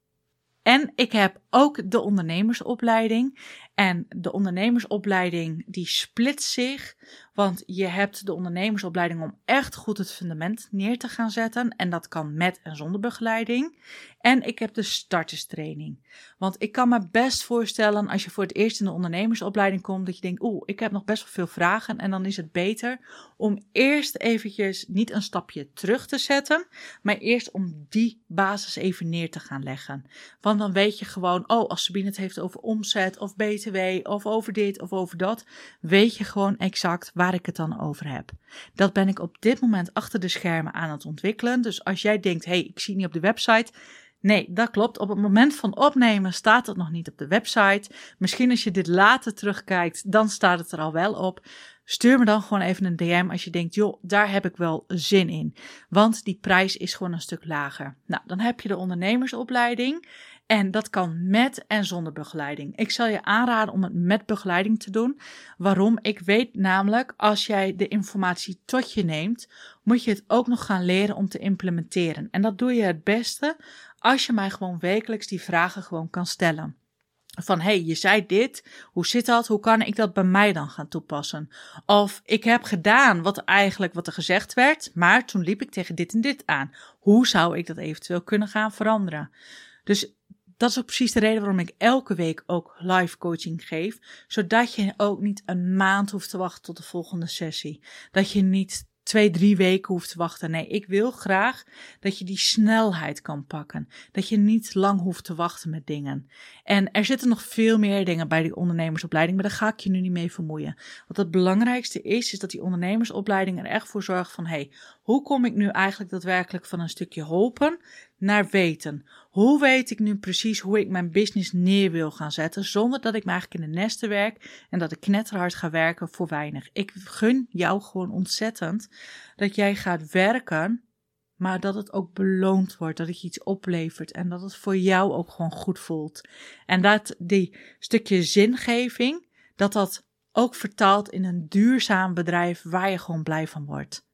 En ik heb ook de ondernemersopleiding. En de ondernemersopleiding die splitst zich. Want je hebt de ondernemersopleiding om echt goed het fundament neer te gaan zetten. En dat kan met en zonder begeleiding. En ik heb de starterstraining. Want ik kan me best voorstellen als je voor het eerst in de ondernemersopleiding komt. Dat je denkt, ik heb nog best wel veel vragen. En dan is het beter om eerst eventjes niet een stapje terug te zetten. Maar eerst om die basis even neer te gaan leggen. Want dan weet je gewoon, als Sabine het heeft over omzet of BTW of over dit of over dat, weet je gewoon exact waar ik het dan over heb. Dat ben ik op dit moment achter de schermen aan het ontwikkelen. Dus als jij denkt, ik zie het niet op de website. Nee, dat klopt. Op het moment van opnemen staat het nog niet op de website. Misschien als je dit later terugkijkt, dan staat het er al wel op. Stuur me dan gewoon even een DM als je denkt, daar heb ik wel zin in. Want die prijs is gewoon een stuk lager. Nou, dan heb je de ondernemersopleiding. En dat kan met en zonder begeleiding. Ik zal je aanraden om het met begeleiding te doen. Waarom? Ik weet namelijk, als jij de informatie tot je neemt, moet je het ook nog gaan leren om te implementeren. En dat doe je het beste als je mij gewoon wekelijks die vragen gewoon kan stellen. Van, je zei dit, hoe zit dat, hoe kan ik dat bij mij dan gaan toepassen? Of, ik heb gedaan wat er gezegd werd, maar toen liep ik tegen dit en dit aan. Hoe zou ik dat eventueel kunnen gaan veranderen? Dus dat is ook precies de reden waarom ik elke week ook live coaching geef. Zodat je ook niet een maand hoeft te wachten tot de volgende sessie. Dat je niet 2-3 weken hoeft te wachten. Nee, ik wil graag dat je die snelheid kan pakken. Dat je niet lang hoeft te wachten met dingen. En er zitten nog veel meer dingen bij die ondernemersopleiding, maar daar ga ik je nu niet mee vermoeien. Wat het belangrijkste is dat die ondernemersopleiding er echt voor zorgt van, hoe kom ik nu eigenlijk daadwerkelijk van een stukje hopen naar weten? Hoe weet ik nu precies hoe ik mijn business neer wil gaan zetten, zonder dat ik me eigenlijk in de nesten werk en dat ik knetterhard ga werken voor weinig. Ik gun jou gewoon ontzettend dat jij gaat werken, maar dat het ook beloond wordt, dat het je iets oplevert en dat het voor jou ook gewoon goed voelt. En dat die stukje zingeving, dat ook vertaalt in een duurzaam bedrijf waar je gewoon blij van wordt.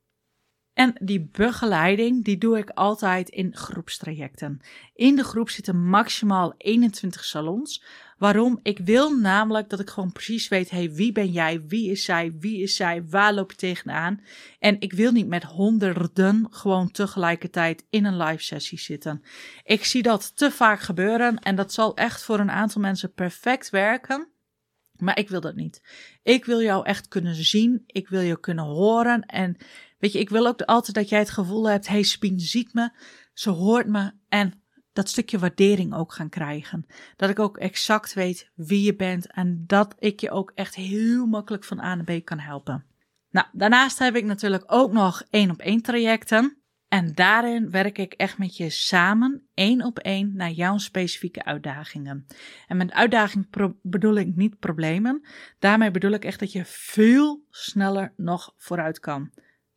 En die begeleiding, die doe ik altijd in groepstrajecten. In de groep zitten maximaal 21 salons. Waarom? Ik wil namelijk dat ik gewoon precies weet, wie ben jij, wie is zij, waar loop je tegenaan? En ik wil niet met honderden gewoon tegelijkertijd in een live sessie zitten. Ik zie dat te vaak gebeuren en dat zal echt voor een aantal mensen perfect werken. Maar ik wil dat niet. Ik wil jou echt kunnen zien, ik wil je kunnen horen en weet je, ik wil ook altijd dat jij het gevoel hebt, Sabine ziet me, ze hoort me en dat stukje waardering ook gaan krijgen. Dat ik ook exact weet wie je bent en dat ik je ook echt heel makkelijk van A naar B kan helpen. Nou, daarnaast heb ik natuurlijk ook nog 1-op-1 trajecten. En daarin werk ik echt met je samen 1-op-1 naar jouw specifieke uitdagingen. En met uitdaging bedoel ik niet problemen. Daarmee bedoel ik echt dat je veel sneller nog vooruit kan.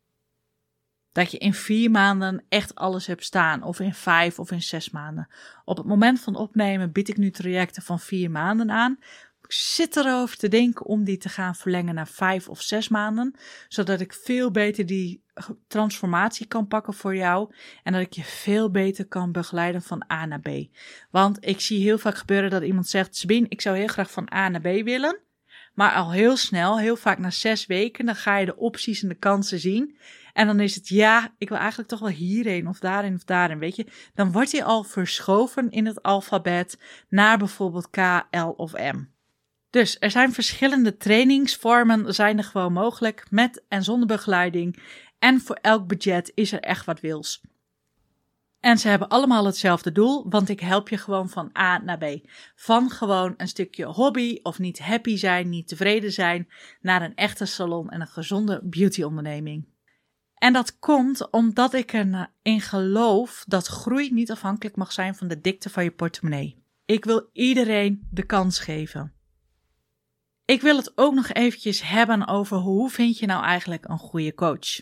Dat je in 4 maanden echt alles hebt staan. Of in 5 of in 6 maanden. Op het moment van opnemen bied ik nu trajecten van 4 maanden aan. Ik zit erover te denken om die te gaan verlengen naar 5 of 6 maanden. Zodat ik veel beter die transformatie kan pakken voor jou. En dat ik je veel beter kan begeleiden van A naar B. Want ik zie heel vaak gebeuren dat iemand zegt, Sabine, ik zou heel graag van A naar B willen. Maar al heel snel, heel vaak na 6 weken, dan ga je de opties en de kansen zien. En dan is het, ja, ik wil eigenlijk toch wel hierheen of daarin, weet je. Dan wordt hij al verschoven in het alfabet naar bijvoorbeeld K, L of M. Dus er zijn verschillende trainingsvormen, zijn er gewoon mogelijk, met en zonder begeleiding. En voor elk budget is er echt wat wils. En ze hebben allemaal hetzelfde doel, want ik help je gewoon van A naar B. Van gewoon een stukje hobby of niet happy zijn, niet tevreden zijn, naar een echte salon en een gezonde beautyonderneming. En dat komt omdat ik erin geloof dat groei niet afhankelijk mag zijn van de dikte van je portemonnee. Ik wil iedereen de kans geven. Ik wil het ook nog eventjes hebben over hoe vind je nou eigenlijk een goede coach?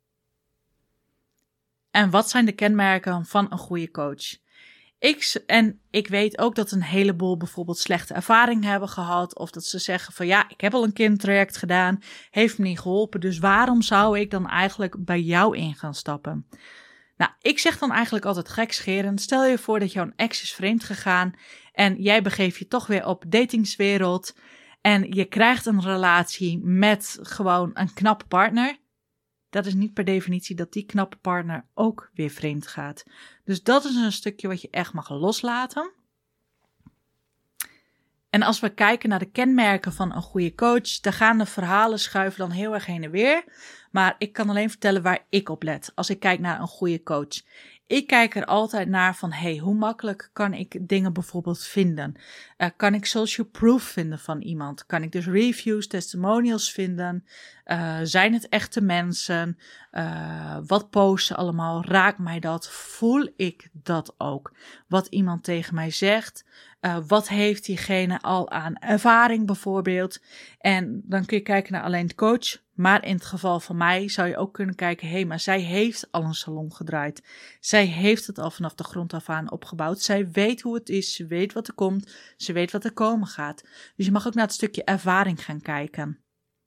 En wat zijn de kenmerken van een goede coach? Ik weet ook dat een heleboel bijvoorbeeld slechte ervaring hebben gehad. Of dat ze zeggen van ja, ik heb al een kindtraject gedaan. Heeft me niet geholpen. Dus waarom zou ik dan eigenlijk bij jou in gaan stappen? Nou, ik zeg dan eigenlijk altijd gekscherend. Stel je voor dat jouw ex is vreemd gegaan. En jij begeeft je toch weer op datingswereld. En je krijgt een relatie met gewoon een knappe partner. Dat is niet per definitie dat die knappe partner ook weer vreemd gaat. Dus dat is een stukje wat je echt mag loslaten. En als we kijken naar de kenmerken van een goede coach, dan gaan de verhalen schuiven dan heel erg heen en weer. Maar ik kan alleen vertellen waar ik op let als ik kijk naar een goede coach. Ik kijk er altijd naar van, hoe makkelijk kan ik dingen bijvoorbeeld vinden? Kan ik social proof vinden van iemand? Kan ik dus reviews, testimonials vinden? Zijn het echte mensen? Wat posten allemaal? Raakt mij dat? Voel ik dat ook? Wat iemand tegen mij zegt? Wat heeft diegene al aan ervaring bijvoorbeeld? En dan kun je kijken naar alleen de coach. Maar in het geval van mij zou je ook kunnen kijken, maar zij heeft al een salon gedraaid. Zij heeft het al vanaf de grond af aan opgebouwd. Zij weet hoe het is, ze weet wat er komt, ze weet wat er komen gaat. Dus je mag ook naar het stukje ervaring gaan kijken.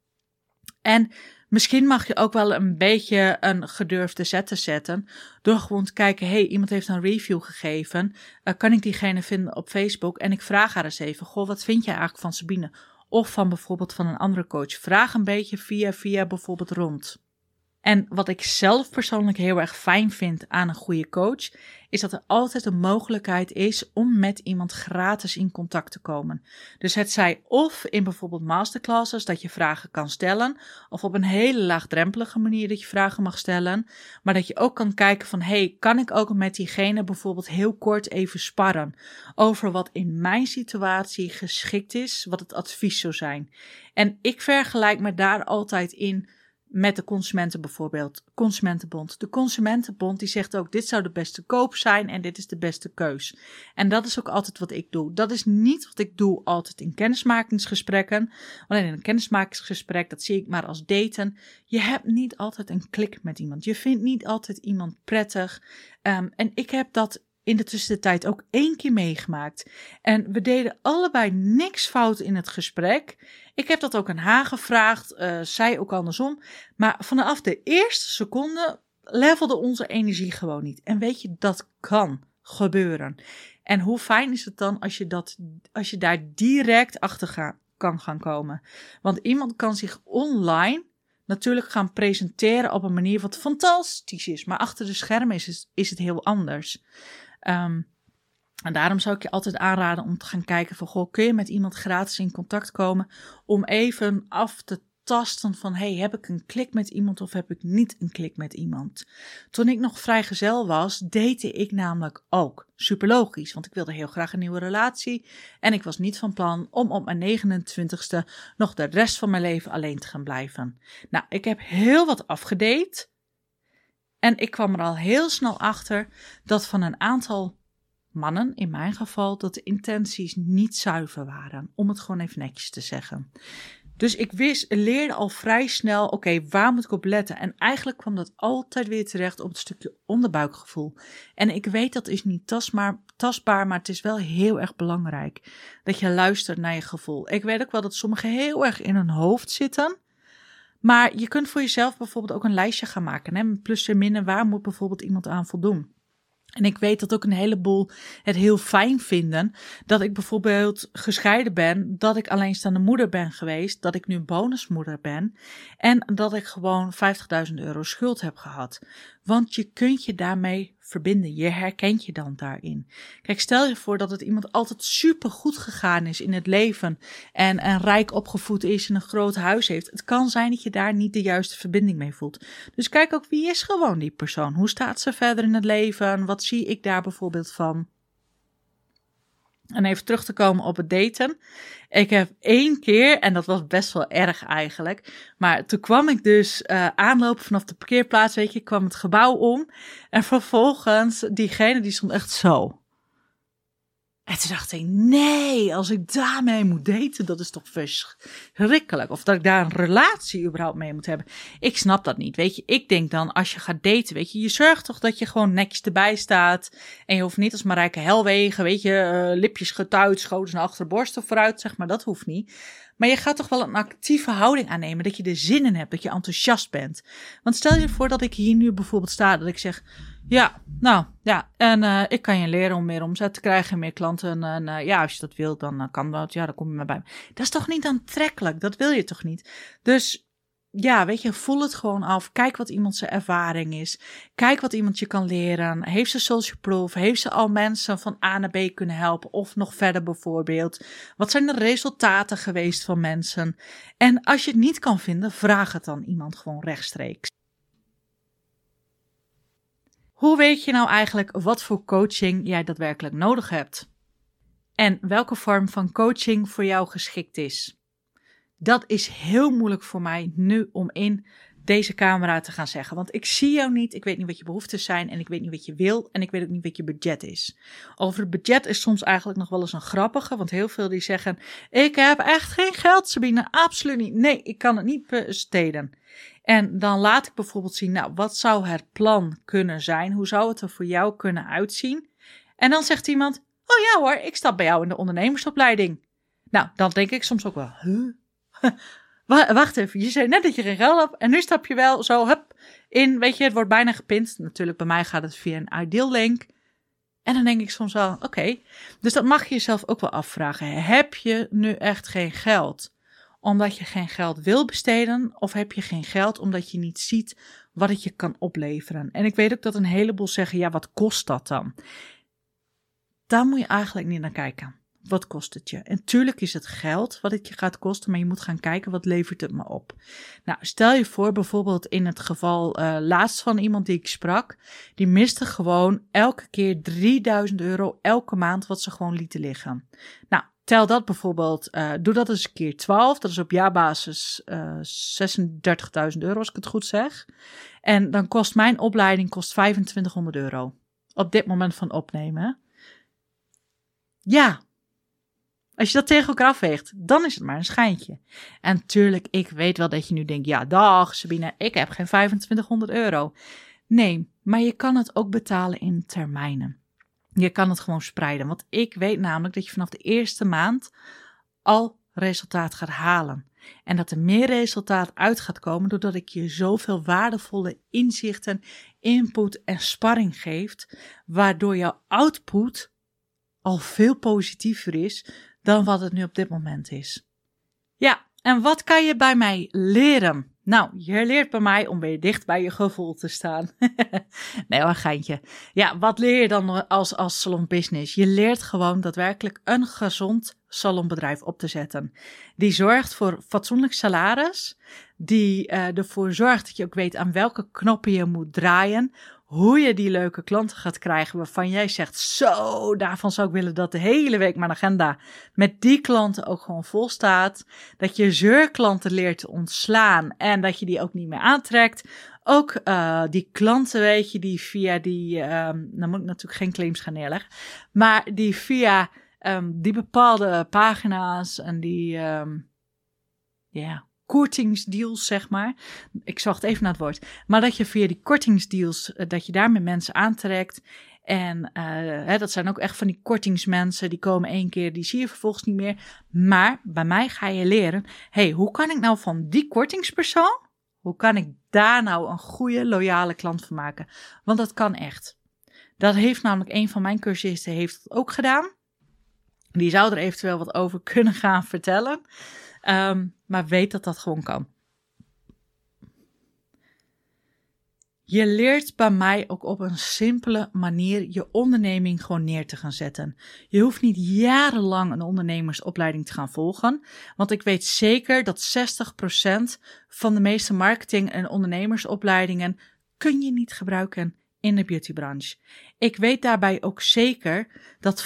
En misschien mag je ook wel een beetje een gedurfde zet zetten. Door gewoon te kijken, iemand heeft een review gegeven. Kan ik diegene vinden op Facebook? En ik vraag haar eens even, wat vind jij eigenlijk van Sabine? Of van bijvoorbeeld van een andere coach. Vraag een beetje via bijvoorbeeld rond. En wat ik zelf persoonlijk heel erg fijn vind aan een goede coach, is dat er altijd een mogelijkheid is om met iemand gratis in contact te komen. Dus het zij of in bijvoorbeeld masterclasses dat je vragen kan stellen, of op een hele laagdrempelige manier dat je vragen mag stellen, maar dat je ook kan kijken van, kan ik ook met diegene bijvoorbeeld heel kort even sparren over wat in mijn situatie geschikt is, wat het advies zou zijn. En ik vergelijk me daar altijd in met de consumenten bijvoorbeeld, Consumentenbond. De Consumentenbond die zegt ook, dit zou de beste koop zijn en dit is de beste keus. En dat is ook altijd wat ik doe. Dat is niet wat ik doe altijd in kennismakingsgesprekken. Want in een kennismakingsgesprek, dat zie ik maar als daten. Je hebt niet altijd een klik met iemand. Je vindt niet altijd iemand prettig. En ik heb dat in de tussentijd ook 1 keer meegemaakt. En we deden allebei niks fout in het gesprek. Ik heb dat ook aan haar gevraagd, zij ook andersom. Maar vanaf de eerste seconde levelde onze energie gewoon niet. En weet je, dat kan gebeuren. En hoe fijn is het dan als je daar direct achter kan gaan komen. Want iemand kan zich online natuurlijk gaan presenteren op een manier wat fantastisch is. Maar achter de schermen is het heel anders. En daarom zou ik je altijd aanraden om te gaan kijken van, kun je met iemand gratis in contact komen om even af te tasten van, heb ik een klik met iemand of heb ik niet een klik met iemand? Toen ik nog vrijgezel was, date ik namelijk ook. Super logisch, want ik wilde heel graag een nieuwe relatie en ik was niet van plan om op mijn 29ste nog de rest van mijn leven alleen te gaan blijven. Nou, ik heb heel wat afgedate. En ik kwam er al heel snel achter dat van een aantal mannen, in mijn geval, dat de intenties niet zuiver waren. Om het gewoon even netjes te zeggen. Dus ik leerde al vrij snel, oké, waar moet ik op letten? En eigenlijk kwam dat altijd weer terecht op het stukje onderbuikgevoel. En ik weet dat is niet tastbaar, maar het is wel heel erg belangrijk dat je luistert naar je gevoel. Ik weet ook wel dat sommigen heel erg in hun hoofd zitten. Maar je kunt voor jezelf bijvoorbeeld ook een lijstje gaan maken. Hè? Plus en min, waar moet bijvoorbeeld iemand aan voldoen? En ik weet dat ook een heleboel het heel fijn vinden dat ik bijvoorbeeld gescheiden ben, dat ik alleenstaande moeder ben geweest, dat ik nu bonusmoeder ben en dat ik gewoon €50.000 schuld heb gehad. Want je kunt je daarmee verbinden, je herkent je dan daarin. Kijk, stel je voor dat het iemand altijd super goed gegaan is in het leven en rijk opgevoed is en een groot huis heeft. Het kan zijn dat je daar niet de juiste verbinding mee voelt. Dus kijk ook, wie is gewoon die persoon? Hoe staat ze verder in het leven? Wat zie ik daar bijvoorbeeld van? En even terug te komen op het daten. Ik heb 1 keer, en dat was best wel erg eigenlijk, maar toen kwam ik dus aanlopen vanaf de parkeerplaats, weet je, ik kwam het gebouw om en vervolgens diegene die stond echt zo. En toen dacht ik, nee, als ik daarmee moet daten, dat is toch verschrikkelijk. Of dat ik daar een relatie überhaupt mee moet hebben. Ik snap dat niet, weet je. Ik denk dan, als je gaat daten, weet je zorgt toch dat je gewoon netjes erbij staat. En je hoeft niet als Marijke Helwegen, weet je, lipjes getuit, schouders naar achter, borsten vooruit, zeg maar, dat hoeft niet. Maar je gaat toch wel een actieve houding aannemen, dat je er zin in hebt, dat je enthousiast bent. Want stel je voor dat ik hier nu bijvoorbeeld sta, dat ik zeg, ja, nou, ja, en ik kan je leren om meer omzet te krijgen en meer klanten. En ja, als je dat wilt, dan kan dat, ja, dan kom je maar bij me. Dat is toch niet aantrekkelijk, dat wil je toch niet? Dus ja, weet je, voel het gewoon af. Kijk wat iemand zijn ervaring is. Kijk wat iemand je kan leren. Heeft ze social proof? Heeft ze al mensen van A naar B kunnen helpen? Of nog verder bijvoorbeeld? Wat zijn de resultaten geweest van mensen? En als je het niet kan vinden, vraag het dan iemand gewoon rechtstreeks. Hoe weet je nou eigenlijk wat voor coaching jij daadwerkelijk nodig hebt? En welke vorm van coaching voor jou geschikt is? Dat is heel moeilijk voor mij nu om in deze camera te gaan zeggen. Want ik zie jou niet, ik weet niet wat je behoeftes zijn en ik weet niet wat je wil en ik weet ook niet wat je budget is. Over het budget is soms eigenlijk nog wel eens een grappige, want heel veel die zeggen, ik heb echt geen geld, Sabine, absoluut niet. Nee, ik kan het niet besteden. En dan laat ik bijvoorbeeld zien, nou, wat zou het plan kunnen zijn? Hoe zou het er voor jou kunnen uitzien? En dan zegt iemand, oh ja hoor, ik stap bij jou in de ondernemersopleiding. Nou, dan denk ik soms ook wel, wacht even, je zei net dat je geen geld hebt en nu stap je wel zo, hup, in, weet je, het wordt bijna gepint. Natuurlijk, bij mij gaat het via een Ideal link. En dan denk ik soms wel, oké. Dus dat mag je jezelf ook wel afvragen. Heb je nu echt geen geld omdat je geen geld wil besteden? Of heb je geen geld omdat je niet ziet wat het je kan opleveren? En ik weet ook dat een heleboel zeggen, ja, wat kost dat dan? Daar moet je eigenlijk niet naar kijken. Wat kost het je? En tuurlijk is het geld wat het je gaat kosten, maar je moet gaan kijken wat levert het me op. Nou, stel je voor bijvoorbeeld in het geval laatst van iemand die ik sprak, die miste gewoon elke keer €3.000 elke maand wat ze gewoon lieten liggen. Nou, tel dat bijvoorbeeld, doe dat eens een keer 12, dat is op jaarbasis €36.000 als ik het goed zeg. En dan kost mijn opleiding €2.500 op dit moment van opnemen. Ja. Als je dat tegen elkaar afweegt, dan is het maar een schijntje. En tuurlijk, ik weet wel dat je nu denkt, ja, dag Sabine, ik heb geen €2.500. Nee, maar je kan het ook betalen in termijnen. Je kan het gewoon spreiden, want ik weet namelijk dat je vanaf de eerste maand al resultaat gaat halen. En dat er meer resultaat uit gaat komen doordat ik je zoveel waardevolle inzichten, input en sparring geef, waardoor jouw output al veel positiever is dan wat het nu op dit moment is. Ja, en wat kan je bij mij leren? Nou, je leert bij mij om weer dicht bij je gevoel te staan. Nee hoor, geintje. Ja, wat leer je dan als salonbusiness? Je leert gewoon daadwerkelijk een gezond salonbedrijf op te zetten. Die zorgt voor fatsoenlijk salaris. Die ervoor zorgt dat je ook weet aan welke knoppen je moet draaien. Hoe je die leuke klanten gaat krijgen waarvan jij zegt, zo, daarvan zou ik willen dat de hele week mijn agenda met die klanten ook gewoon vol staat. Dat je zeurklanten leert te ontslaan en dat je die ook niet meer aantrekt. Ook die klanten, weet je, die via die, dan moet ik natuurlijk geen claims gaan neerleggen, maar die via die bepaalde pagina's en die kortingsdeals, zeg maar. Ik zocht even naar het woord. Maar dat je via die kortingsdeals, dat je daarmee mensen aantrekt. En dat zijn ook echt van die kortingsmensen. Die komen 1 keer, die zie je vervolgens niet meer. Maar bij mij ga je leren, hoe kan ik nou van die kortingspersoon, hoe kan ik daar nou een goede, loyale klant van maken? Want dat kan echt. Dat heeft namelijk een van mijn cursisten heeft het ook gedaan. Die zou er eventueel wat over kunnen gaan vertellen. Maar weet dat dat gewoon kan. Je leert bij mij ook op een simpele manier je onderneming gewoon neer te gaan zetten. Je hoeft niet jarenlang een ondernemersopleiding te gaan volgen. Want ik weet zeker dat 60% van de meeste marketing- en ondernemersopleidingen kun je niet gebruiken in de beautybranche. Ik weet daarbij ook zeker dat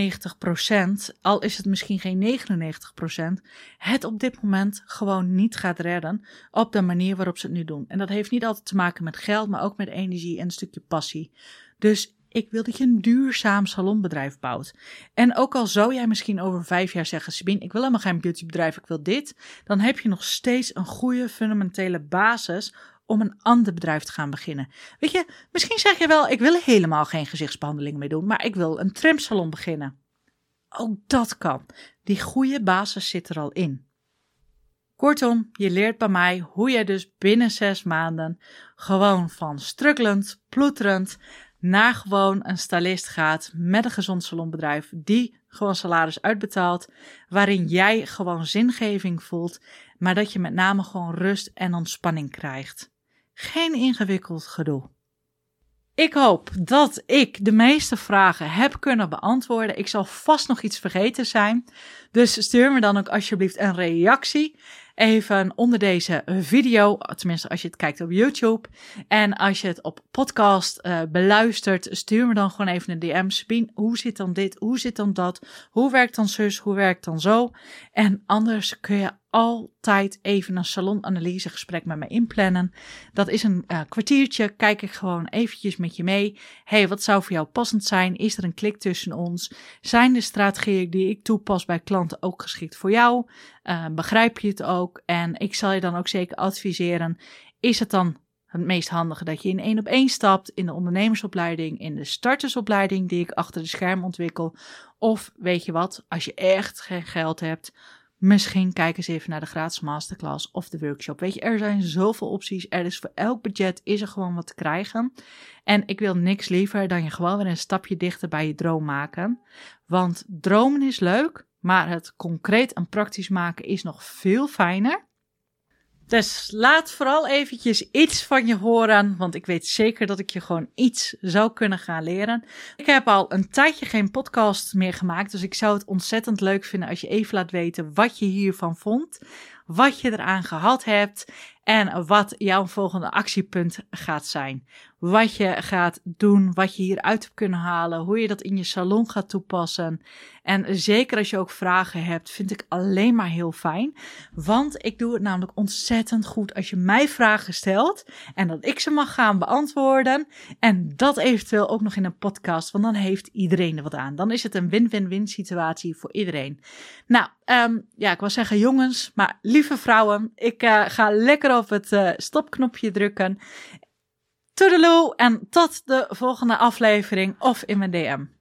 95%, al is het misschien geen 99%, het op dit moment gewoon niet gaat redden op de manier waarop ze het nu doen. En dat heeft niet altijd te maken met geld, maar ook met energie en een stukje passie. Dus ik wil dat je een duurzaam salonbedrijf bouwt. En ook al zou jij misschien over 5 jaar zeggen, Sabine, ik wil helemaal geen beautybedrijf, ik wil dit. Dan heb je nog steeds een goede fundamentele basis om een ander bedrijf te gaan beginnen. Weet je, misschien zeg je wel, ik wil helemaal geen gezichtsbehandeling meer doen, maar ik wil een trimsalon beginnen. Ook dat kan. Die goede basis zit er al in. Kortom, je leert bij mij hoe je dus binnen 6 maanden gewoon van strukkelend, ploeterend naar gewoon een stylist gaat met een gezond salonbedrijf die gewoon salaris uitbetaalt, waarin jij gewoon zingeving voelt, maar dat je met name gewoon rust en ontspanning krijgt. Geen ingewikkeld gedoe. Ik hoop dat ik de meeste vragen heb kunnen beantwoorden. Ik zal vast nog iets vergeten zijn. Dus stuur me dan ook alsjeblieft een reactie. Even onder deze video, tenminste als je het kijkt op YouTube. En als je het op podcast beluistert, stuur me dan gewoon even een DM. Sabine, hoe zit dan dit? Hoe zit dan dat? Hoe werkt dan zus? Hoe werkt dan zo? En anders kun je altijd even een salonanalysegesprek met me inplannen. Dat is een kwartiertje. Kijk ik gewoon eventjes met je mee. Wat zou voor jou passend zijn? Is er een klik tussen ons? Zijn de strategieën die ik toepas bij klanten ook geschikt voor jou? Begrijp je het ook? En ik zal je dan ook zeker adviseren. Is het dan het meest handige dat je in 1-op-1 stapt, in de ondernemersopleiding, in de startersopleiding die ik achter de scherm ontwikkel? Of weet je wat, als je echt geen geld hebt, misschien kijk eens even naar de gratis masterclass of de workshop. Weet je, er zijn zoveel opties. Er is voor elk budget is er gewoon wat te krijgen. En ik wil niks liever dan je gewoon weer een stapje dichter bij je droom maken. Want dromen is leuk, maar het concreet en praktisch maken is nog veel fijner. Dus laat vooral eventjes iets van je horen, want ik weet zeker dat ik je gewoon iets zou kunnen gaan leren. Ik heb al een tijdje geen podcast meer gemaakt, dus ik zou het ontzettend leuk vinden als je even laat weten wat je hiervan vond, wat je eraan gehad hebt en wat jouw volgende actiepunt gaat zijn. Wat je gaat doen, wat je hieruit hebt kunnen halen, hoe je dat in je salon gaat toepassen. En zeker als je ook vragen hebt, vind ik alleen maar heel fijn. Want ik doe het namelijk ontzettend goed als je mij vragen stelt en dat ik ze mag gaan beantwoorden. En dat eventueel ook nog in een podcast, want dan heeft iedereen er wat aan. Dan is het een win-win-win situatie voor iedereen. Nou, ik wou zeggen jongens, maar lieve vrouwen, ik ga lekker op het stopknopje drukken. Toedeloe en tot de volgende aflevering of in mijn DM.